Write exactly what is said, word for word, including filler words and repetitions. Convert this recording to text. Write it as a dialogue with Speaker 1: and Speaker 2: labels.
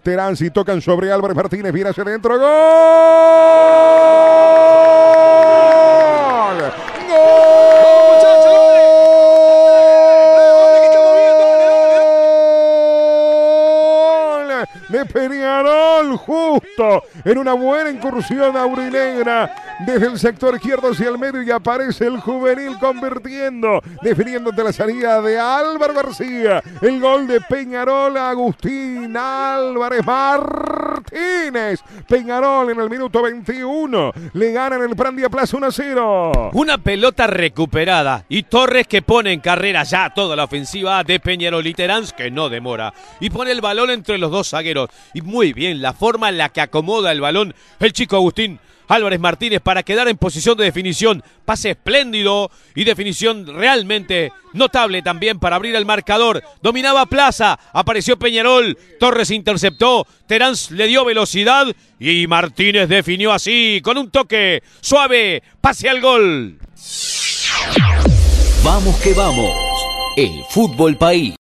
Speaker 1: Terán y tocan sobre Álvarez Martínez, viene hacia adentro, ¡gol! De Peñarol, justo en una buena incursión aurinegra desde el sector izquierdo hacia el medio, y aparece el juvenil convirtiendo, definiéndote la salida de Álvaro García. El gol de Peñarol, Agustín Álvarez Martínez. Peñarol en el minuto veintiuno le gana en el Prandia Plaza uno a cero.
Speaker 2: Una pelota recuperada y Torres que pone en carrera ya toda la ofensiva de Peñarol, y Terán que no demora y pone el balón entre los dos zagueros. Y muy bien la forma en la que acomoda el balón el chico Agustín Álvarez Martínez para quedar en posición de definición. Pase espléndido y definición realmente notable también para abrir el marcador. Dominaba Plaza, apareció Peñarol, Torres interceptó, Terán le dio velocidad y Martínez definió así, con un toque suave, pase al gol.
Speaker 3: Vamos que vamos, el Fútbol País.